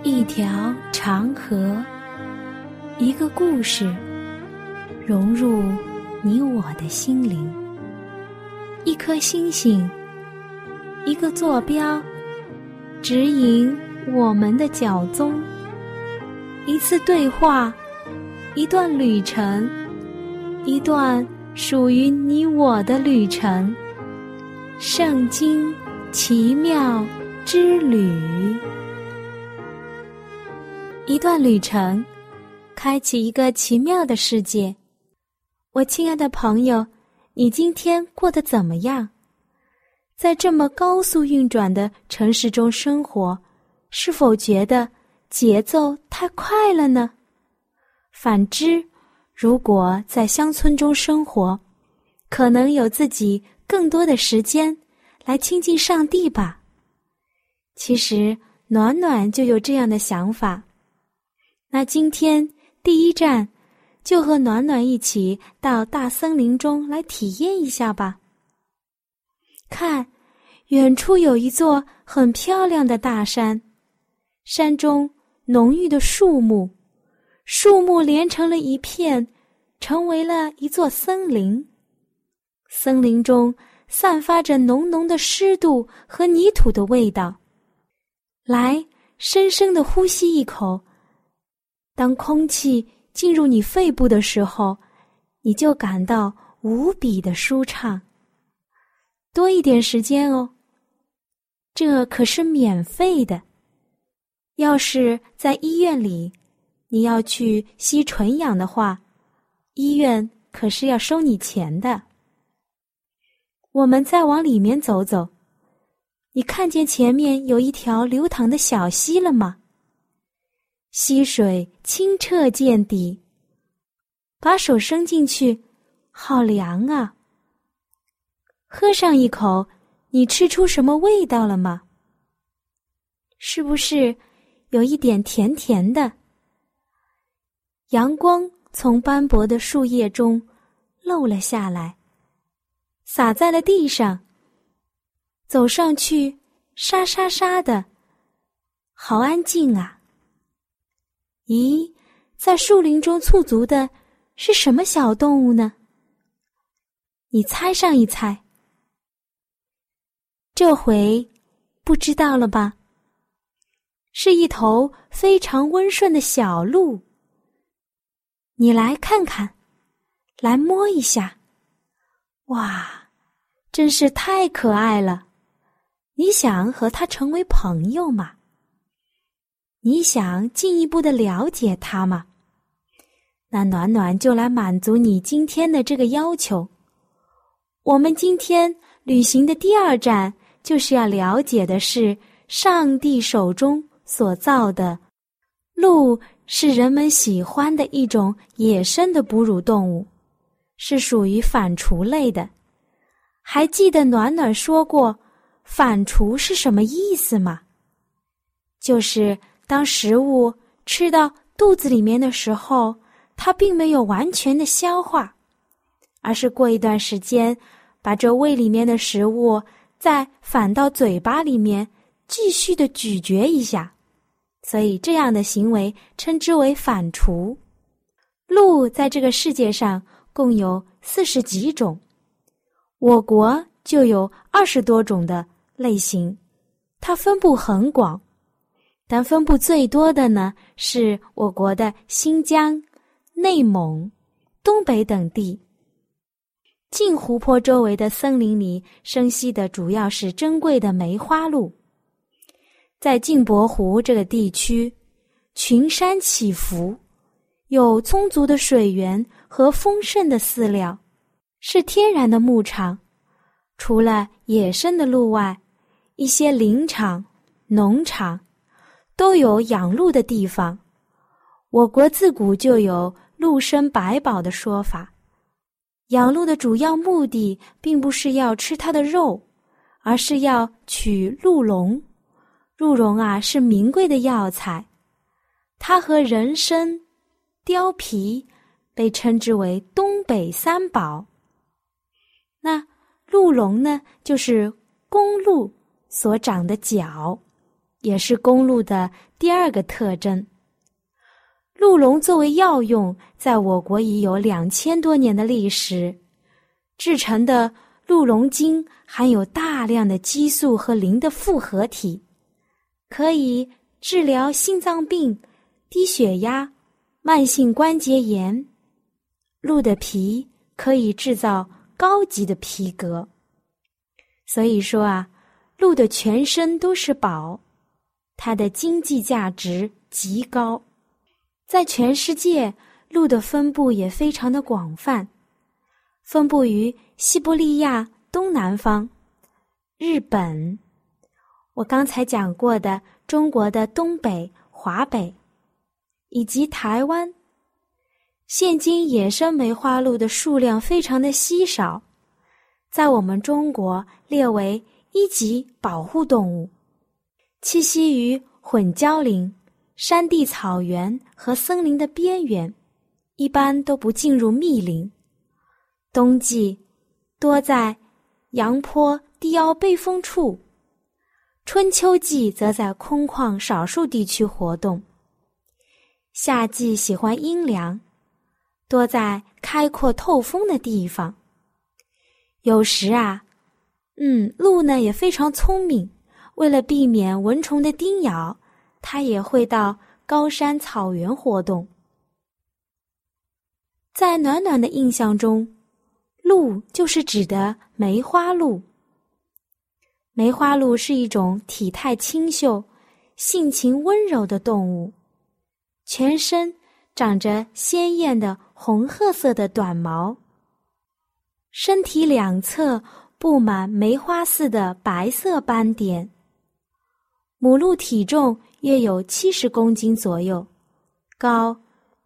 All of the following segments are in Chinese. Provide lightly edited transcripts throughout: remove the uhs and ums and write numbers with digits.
一条长河，一个故事，融入你我的心灵。一颗星星，一个坐标，指引我们的脚踪。一次对话，一段旅程，一段属于你我的旅程。圣经奇妙之旅，一段旅程，开启一个奇妙的世界。我亲爱的朋友，你今天过得怎么样？在这么高速运转的城市中生活，是否觉得节奏太快了呢？反之，如果在乡村中生活，可能有自己更多的时间来亲近上帝吧。其实暖暖就有这样的想法。那今天第一站，就和暖暖一起到大森林中来体验一下吧。看，远处有一座很漂亮的大山，山中浓郁的树木连成了一片，成为了一座森林。森林中散发着浓浓的湿度和泥土的味道。来，深深地呼吸一口，当空气进入你肺部的时候，你就感到无比的舒畅。多一点时间哦，这可是免费的。要是在医院里，你要去吸纯氧的话，医院可是要收你钱的。我们再往里面走走，你看见前面有一条流淌的小溪了吗？溪水清澈见底，把手伸进去，好凉啊！喝上一口，你吃出什么味道了吗？是不是有一点甜甜的？阳光从斑驳的树叶中漏了下来，洒在了地上。走上去，沙沙沙的，好安静啊！咦，在树林中驻足的是什么小动物呢？你猜上一猜。这回不知道了吧？是一头非常温顺的小鹿。你来看看，来摸一下。哇，真是太可爱了！你想和它成为朋友吗？你想进一步的了解它吗？那暖暖就来满足你今天的这个要求。我们今天旅行的第二站，就是要了解的是上帝手中所造的鹿，是人们喜欢的一种野生的哺乳动物，是属于反刍类的。还记得暖暖说过反刍是什么意思吗？就是当食物吃到肚子里面的时候，它并没有完全的消化，而是过一段时间把这胃里面的食物再反到嘴巴里面继续的咀嚼一下，所以这样的行为称之为反刍。鹿在这个世界上共有40几种，我国就有20多种的类型，它分布很广，但分布最多的呢，是我国的新疆、内蒙、东北等地。镜湖泊周围的森林里生息的主要是珍贵的梅花鹿。在镜泊湖这个地区，群山起伏，有充足的水源和丰盛的饲料，是天然的牧场。除了野生的鹿外，一些林场、农场都有养鹿的地方。我国自古就有鹿生百宝的说法。养鹿的主要目的并不是要吃它的肉，而是要取鹿茸。鹿茸啊，是名贵的药材，它和人参、貂皮被称之为东北三宝。那鹿茸呢，就是公鹿所长的角， 也是公鹿的第二个特征。鹿茸作为药用，在我国已有2000多年的历史。制成的鹿茸精含有大量的激素和磷的复合体，可以治疗心脏病、低血压、慢性关节炎。鹿的皮可以制造高级的皮革。所以说啊，鹿的全身都是宝，它的经济价值极高。在全世界，鹿的分布也非常的广泛，分布于西伯利亚东南方、日本，我刚才讲过的中国的东北、华北，以及台湾。现今野生梅花鹿的数量非常的稀少，在我们中国列为1级保护动物，栖息于混交林、山地草原和森林的边缘，一般都不进入密林。冬季多在阳坡、低凹背风处，春秋季则在空旷少数地区活动。夏季喜欢阴凉，多在开阔透风的地方。有时啊，鹿呢也非常聪明，为了避免蚊虫的叮咬，它也会到高山草原活动。在暖暖的印象中，鹿就是指的梅花鹿。梅花鹿是一种体态清秀、性情温柔的动物，全身长着鲜艳的红褐色的短毛，身体两侧布满梅花似的白色斑点。母鹿体重约有70公斤左右，高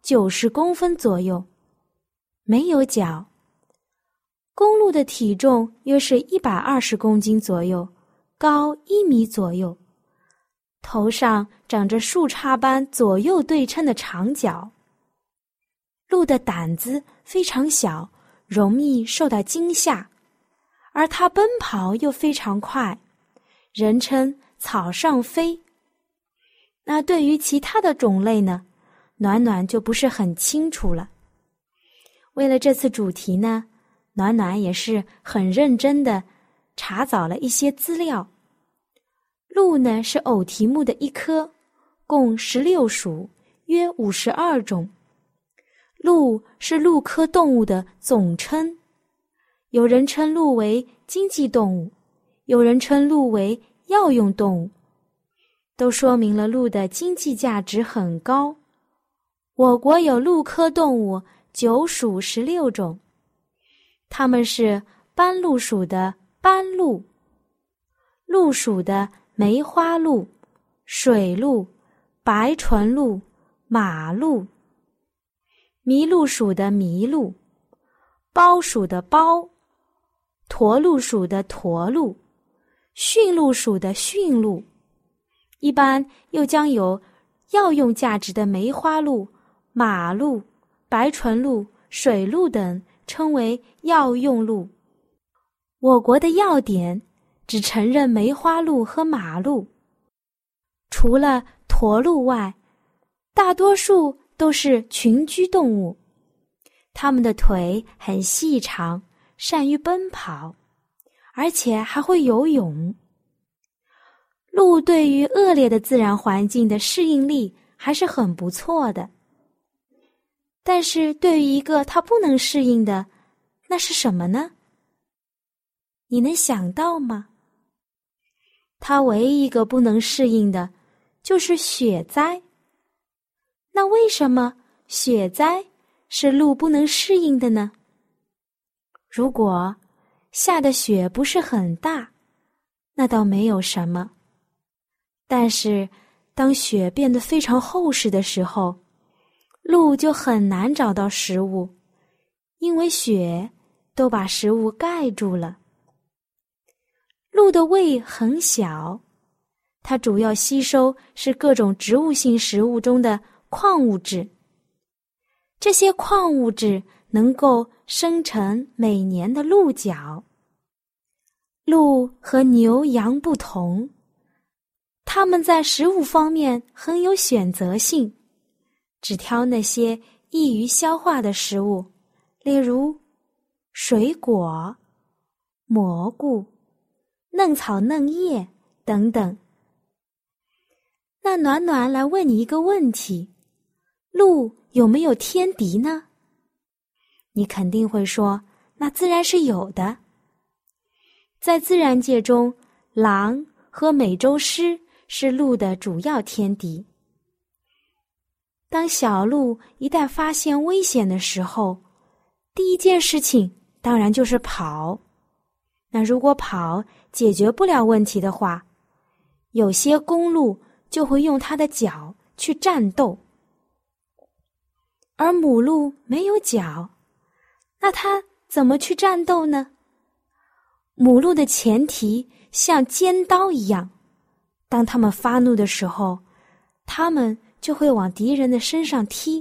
90公分左右，没有角。公鹿的体重约是120公斤左右，高1米左右，头上长着树杈般左右对称的长角。鹿的胆子非常小，容易受到惊吓，而它奔跑又非常快，人称草上飞。那对于其他的种类呢，暖暖就不是很清楚了。为了这次主题呢，暖暖也是很认真地查找了一些资料。鹿呢是偶蹄目的一科，共16属，约52种。鹿是鹿科动物的总称，有人称鹿为经济动物，有人称鹿为药用动物，都说明了鹿的经济价值很高。我国有鹿科动物9属16种，它们是斑鹿属的斑鹿，鹿属的梅花鹿、水鹿、白唇鹿、马鹿，麋鹿属的麋鹿，苞属的苞，驼鹿属的驼鹿，驯鹿属的驯鹿。一般又将有药用价值的梅花鹿、马鹿、白唇鹿、水鹿等称为药用鹿。我国的药典只承认梅花鹿和马鹿，除了驼鹿外，大多数都是群居动物。它们的腿很细长，善于奔跑，而且还会游泳。鹿对于恶劣的自然环境的适应力还是很不错的。但是对于一个它不能适应的，那是什么呢？你能想到吗？它唯一一个不能适应的就是雪灾。那为什么雪灾是鹿不能适应的呢？如果下的雪不是很大，那倒没有什么。但是当雪变得非常厚实的时候，鹿就很难找到食物，因为雪都把食物盖住了。鹿的胃很小，它主要吸收是各种植物性食物中的矿物质。这些矿物质能够生成每年的鹿角。鹿和牛羊不同， 它们在食物方面很有选择性，只挑那些易于消化的食物，例如水果、蘑菇、嫩草嫩叶等等。那暖暖来问你一个问题，鹿有没有天敌呢？你肯定会说，那自然是有的。在自然界中，狼和美洲狮是鹿的主要天敌。当小鹿一旦发现危险的时候，第一件事情当然就是跑。那如果跑解决不了问题的话，有些公鹿就会用它的角去战斗。而母鹿没有角，那它怎么去战斗呢？母鹿的前蹄像尖刀一样，当它们发怒的时候，它们就会往敌人的身上踢。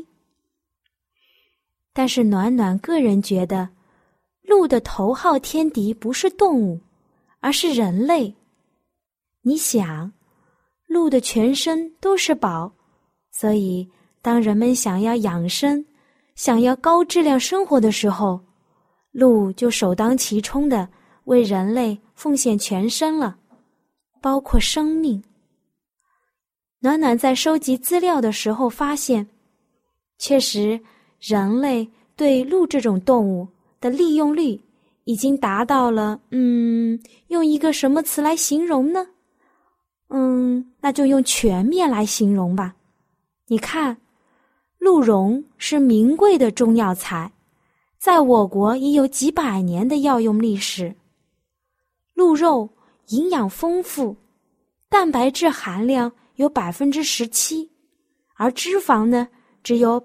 但是暖暖个人觉得，鹿的头号天敌不是动物，而是人类。你想，鹿的全身都是宝，所以当人们想要养生，想要高质量生活的时候，鹿就首当其冲的为人类奉献全身了，包括生命。暖暖在收集资料的时候发现，确实人类对鹿这种动物的利用率已经达到了，用一个什么词来形容呢？那就用全面来形容吧。你看，鹿茸是名贵的中药材，在我国已有几百年的药用历史。鹿肉营养丰富，蛋白质含量有 17%， 而脂肪呢只有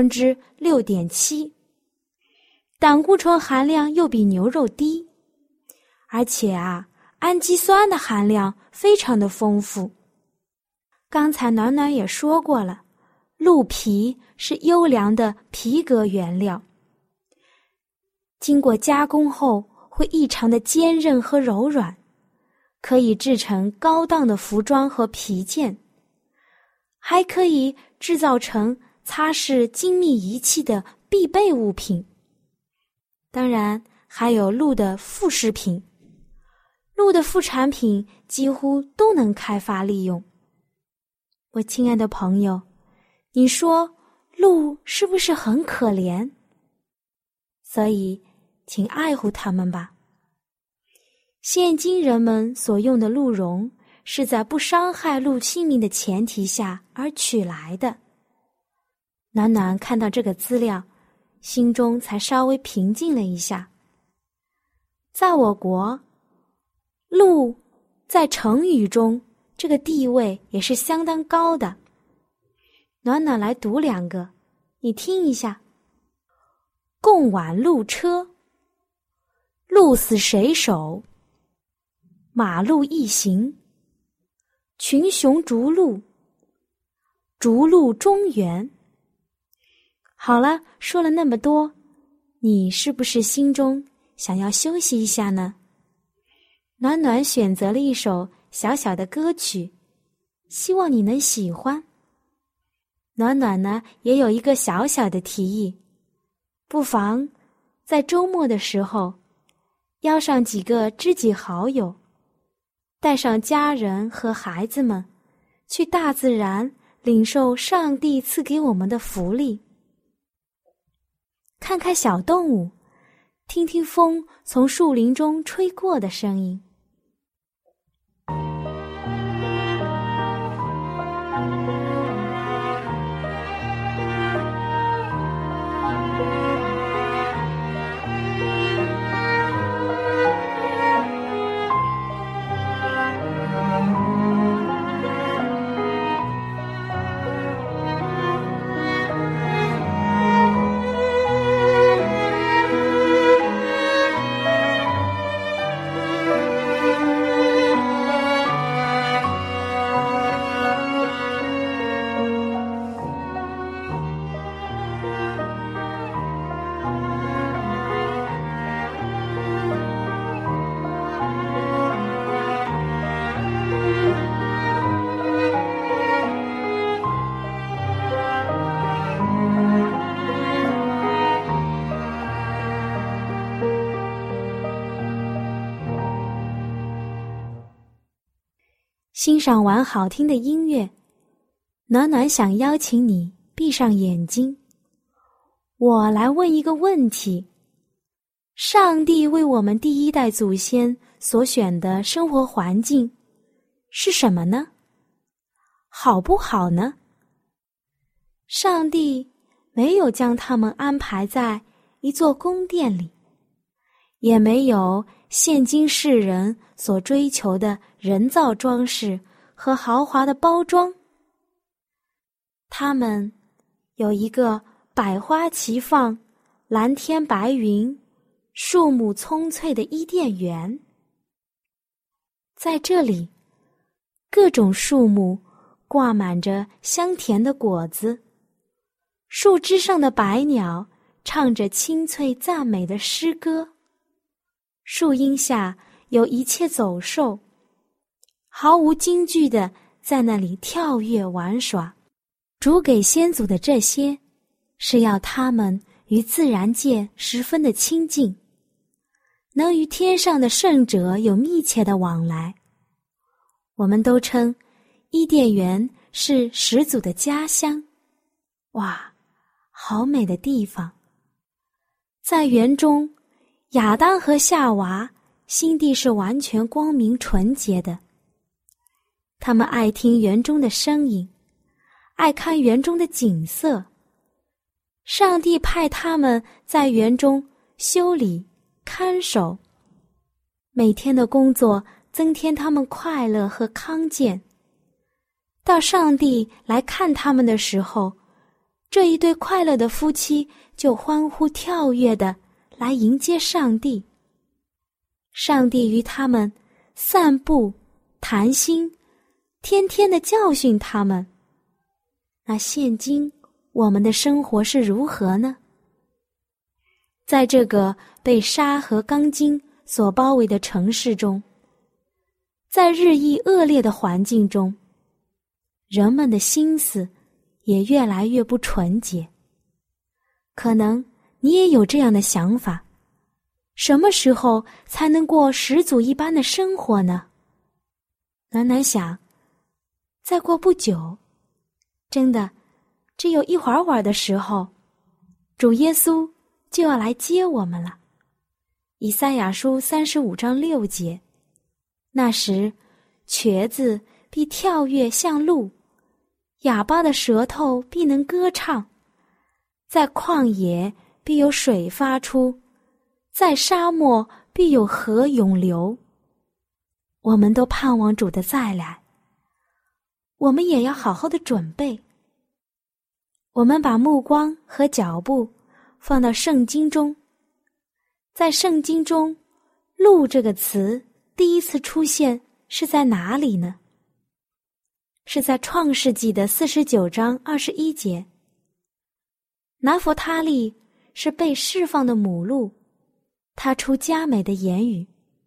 6.7%， 胆固醇含量又比牛肉低，而且氨基酸的含量非常的丰富。刚才暖暖也说过了，鹿皮是优良的皮革原料，经过加工后会异常的坚韧和柔软，可以制成高档的服装和皮件，还可以制造成擦拭精密仪器的必备物品。当然还有鹿的副食品，鹿的副产品几乎都能开发利用。我亲爱的朋友，你说鹿是不是很可怜？所以请爱护它们吧。现今人们所用的鹿茸是在不伤害鹿性命的前提下而取来的。暖暖看到这个资料，心中才稍微平静了一下。在我国，鹿在成语中这个地位也是相当高的。暖暖来读2个，你听一下。共挽鹿车，鹿死谁手？马鹿一行，群雄逐鹿，逐鹿中原。好了，说了那么多，你是不是心中想要休息一下呢？暖暖选择了一首小小的歌曲，希望你能喜欢。暖暖呢，也有一个小小的提议，不妨在周末的时候，邀上几个知己好友，带上家人和孩子们，去大自然领受上帝赐给我们的福利，看看小动物，听听风从树林中吹过的声音。 欣赏完好听的音乐，暖暖想邀请你闭上眼睛，我来问一个问题：上帝为我们第一代祖先所选的生活环境是什么呢？好不好呢？上帝没有将他们安排在一座宫殿里，也没有现今世人所追求的人造装饰和豪华的包装。他们有一个百花齐放、蓝天白云、树木葱翠的伊甸园。在这里，各种树木挂满着香甜的果子，树枝上的白鸟唱着清脆赞美的诗歌，树荫下有一切走兽，毫无惊惧地在那里跳跃玩耍。主给先祖的这些，是要他们与自然界十分的亲近，能与天上的圣者有密切的往来。我们都称伊甸园是始祖的家乡。哇，好美的地方！在园中，亚当和夏娃心地是完全光明纯洁的。他们爱听园中的声音，爱看园中的景色。上帝派他们在园中修理、看守，每天的工作增添他们快乐和康健。到上帝来看他们的时候，这一对快乐的夫妻就欢呼跳跃地来迎接上帝。上帝与他们散步、谈心，天天地教训他们。那现今我们的生活是如何呢？在这个被沙和钢筋所包围的城市中，在日益恶劣的环境中，人们的心思也越来越不纯洁。可能你也有这样的想法，什么时候才能过始祖一般的生活呢？暖暖想，再过不久，真的只有一会儿的时候，主耶稣就要来接我们了。以赛亚书35章6节，那时瘸子必跳跃像鹿，哑巴的舌头必能歌唱，在旷野必有水发出，在沙漠必有河涌流。我们都盼望主的再来，我们也要好好的准备。我们把目光和脚步放到圣经中，在圣经中，鹿这个词第一次出现是在哪里呢？是在创世纪的49章21节。拿弗他利是被释放的母鹿，它出佳美的言语。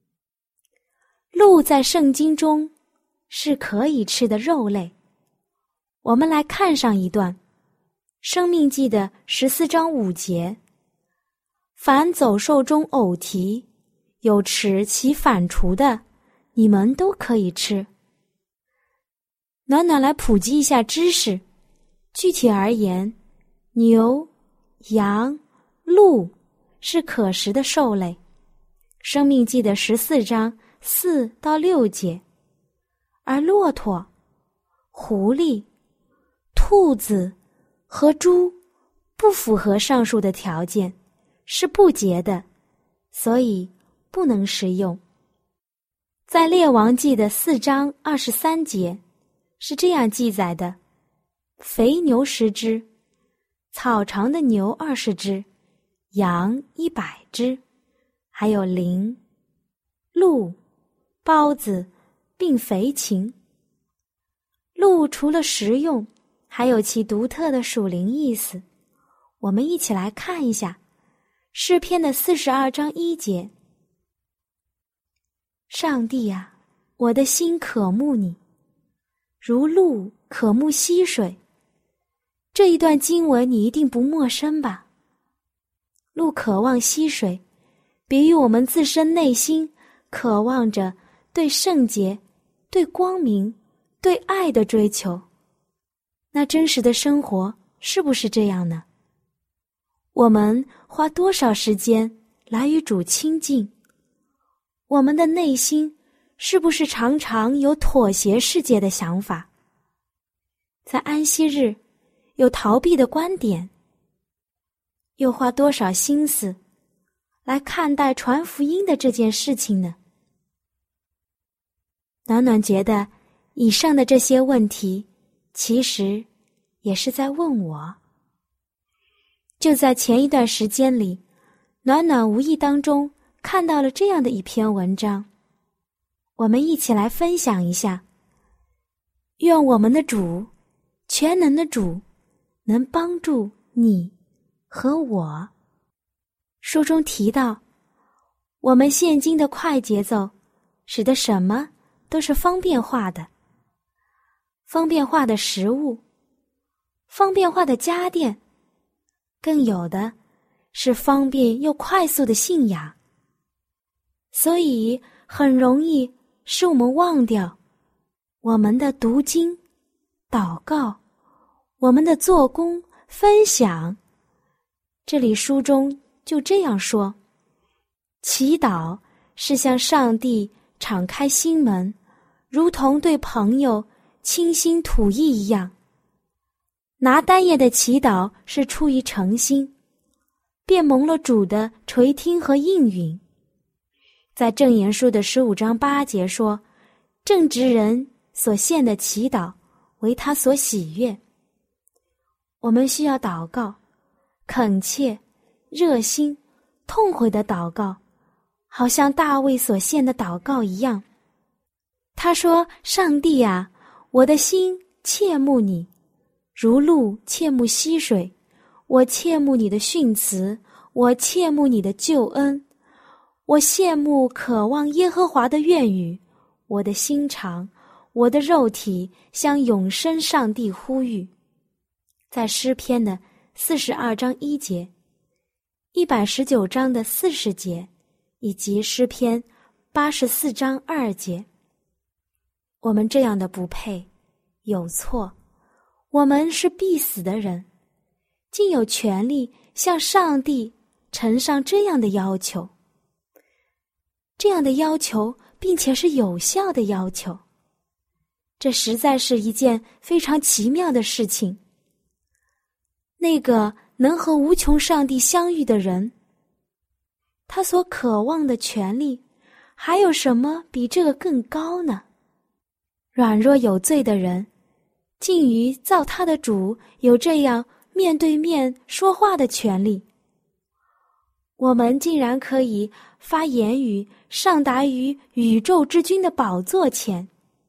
鹿在圣经中是可以吃的肉类。我们来看上一段，申命记的14章5节。凡走兽中偶蹄，有齿其反刍的，你们都可以吃。暖暖来普及一下知识。具体而言，牛、羊、鹿是可食的兽类。申命记的14章4到6节。而骆驼、狐狸、兔子和猪不符合上述的条件，是不洁的，所以不能食用。在列王记的4章23节是这样记载的：肥牛10只，草长的牛20只，羊100只，还有羚、鹿、包子并肥禽。鹿除了食用，还有其独特的属灵意思。我们一起来看一下诗篇的42章1节。上帝啊，我的心渴慕你，如鹿渴慕溪水。这一段经文你一定不陌生吧？鹿渴望溪水，比喻我们自身内心渴望着对圣洁、对光明对爱的追求，那真实的生活是不是这样呢？我们花多少时间来与主亲近？我们的内心是不是常常有妥协世界的想法？在安息日有逃避的观点？又花多少心思来看待传福音的这件事情呢？暖暖觉得以上的这些问题其实也是在问我。就在前一段时间里，暖暖无意当中看到了这样的一篇文章，我们一起来分享一下。愿我们的主，全能的主，能帮助你和我。书中提到，我们现今的快节奏使得什么都是方便化的，方便化的食物，方便化的家电，更有的是方便又快速的信仰，所以很容易使我们忘掉我们的读经、祷告，我们的做工、分享。这里书中就这样说，祈祷是向上帝敞开心门，如同对朋友倾心吐意一样。拿单页的祈祷是出于诚心，便蒙了主的垂听和应允。在箴言书的15章8节说，正直人所献的祈祷为他所喜悦。我们需要祷告，恳切、热心、痛悔的祷告，好像大卫所献的祷告一样。他说，上帝啊，我的心切慕你，如鹿切慕溪水，我切慕你的训词，我切慕你的救恩，我羡慕渴望耶和华的愿语，我的心肠，我的肉体向永生上帝呼吁。在诗篇的42章1节，119章的40节，以及诗篇84章2节。我们这样的不配，有错，我们是必死的人，竟有权利向上帝呈上这样的要求，这样的要求，并且是有效的要求。这实在是一件非常奇妙的事情。那个能和无穷上帝相遇的人，他所渴望的权利，还有什么比这个更高呢？软弱有罪的人，竟与造他的主有这样面对面说话的权利。我们竟然可以发言语上达于宇宙之君的宝座前，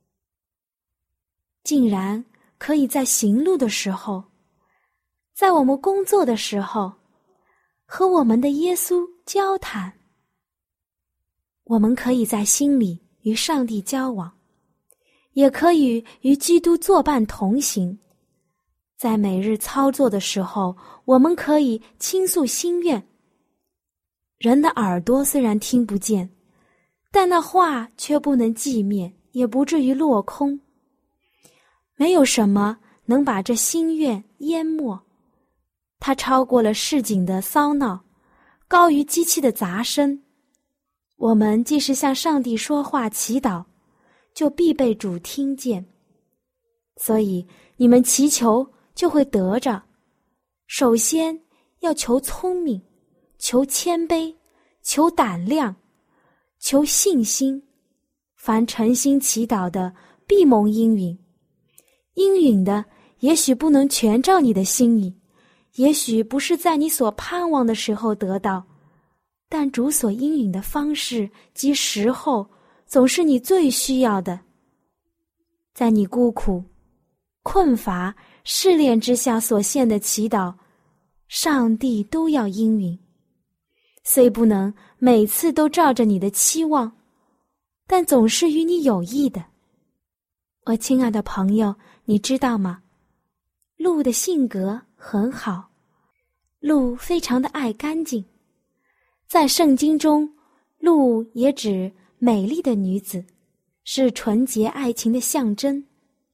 竟然可以在行路的时候，在我们工作的时候，和我们的耶稣交谈。我们可以在心里与上帝交往，也可以与基督作伴同行。在每日操作的时候，我们可以倾诉心愿。人的耳朵虽然听不见，但那话却不能寂灭，也不至于落空。没有什么能把这心愿淹没，它超过了市井的骚闹，高于机器的杂声。我们既是向上帝说话祈祷，就必被主听见。所以你们祈求就会得着。首先要求聪明，求谦卑，求胆量，求信心。凡诚心祈祷的，必蒙应允。应允的也许不能全照你的心意，也许不是在你所盼望的时候得到，但主所应允的方式及时候，总是你最需要的。在你孤苦、困乏、试炼之下所献的祈祷，上帝都要应允。虽不能每次都照着你的期望，但总是与你有益的。我亲爱的朋友，你知道吗？鹿的性格很好，鹿非常的爱干净。在圣经中，鹿也指美丽的女子，是纯洁爱情的象征。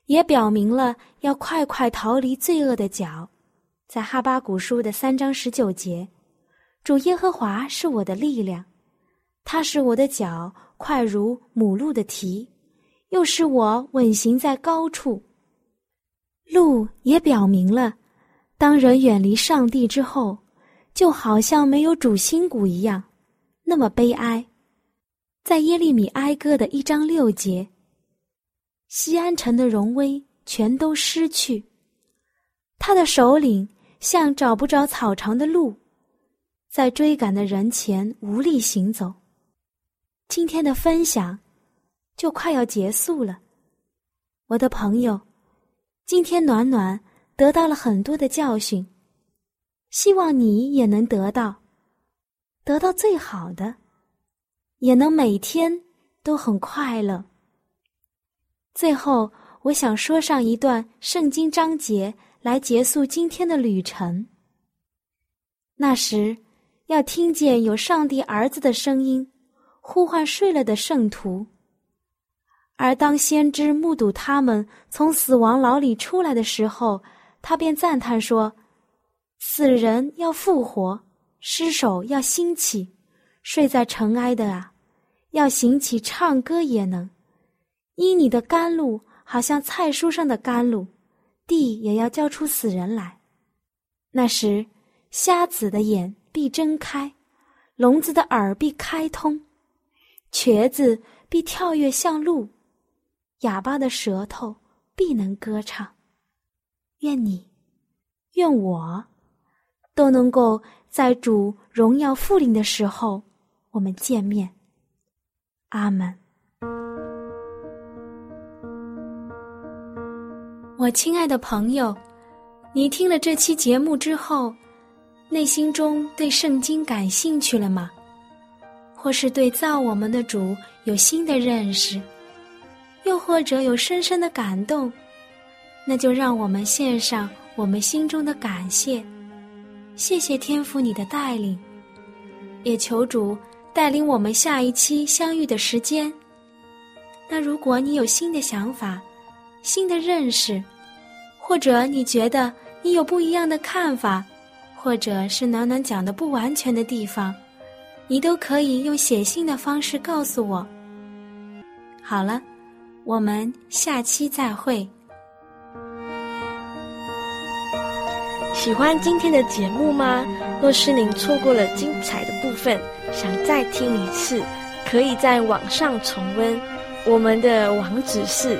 也表明了要快快逃离罪恶的脚。在哈巴谷书的3章19节，主耶和华是我的力量，他使我的脚快如母鹿的蹄，又使我稳行在高处。鹿也表明了，当人远离上帝之后，就好像没有主心骨一样，那么悲哀。在耶利米哀歌的1章6节，锡安城的荣威全都失去，他的首领像找不着草场的鹿，在追赶的人前无力行走。今天的分享就快要结束了，我的朋友，今天暖暖得到了很多的教训，希望你也能得到最好的，也能每天都很快乐。最后，我想说上一段圣经章节来结束今天的旅程。那时，要听见有上帝儿子的声音，呼唤睡了的圣徒。而当先知目睹他们从死亡牢里出来的时候，他便赞叹说：死人要复活，尸首要兴起，睡在尘埃的啊，要醒起唱歌也能。因你的甘露好像菜蔬上的甘露，地也要交出死人来。那时，瞎子的眼必睁开，聋子的耳必开通，瘸子必跳跃像鹿，哑巴的舌头必能歌唱。愿你，愿我，都能够在主荣耀复临的时候，我们见面。阿们。我亲爱的朋友，你听了这期节目之后，内心中对圣经感兴趣了吗？或是对造我们的主有新的认识，又或者有深深的感动？那就让我们献上我们心中的感谢，谢谢天父你的带领，也求主带领我们下一期相遇的时间。那如果你有新的想法、新的认识，或者你觉得你有不一样的看法，或者是暖暖讲的不完全的地方，你都可以用写信的方式告诉我。好了，我们下期再会。 喜欢今天的节目吗？若是您错过了精彩的部分，想再听一次，可以在网上重温。我们的网址是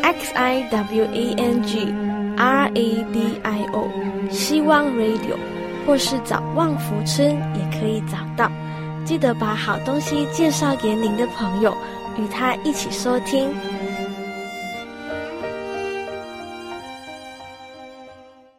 xiwangradio 希望 radio， 或是找旺福村也可以找到。记得把好东西介绍给您的朋友，与他一起收听。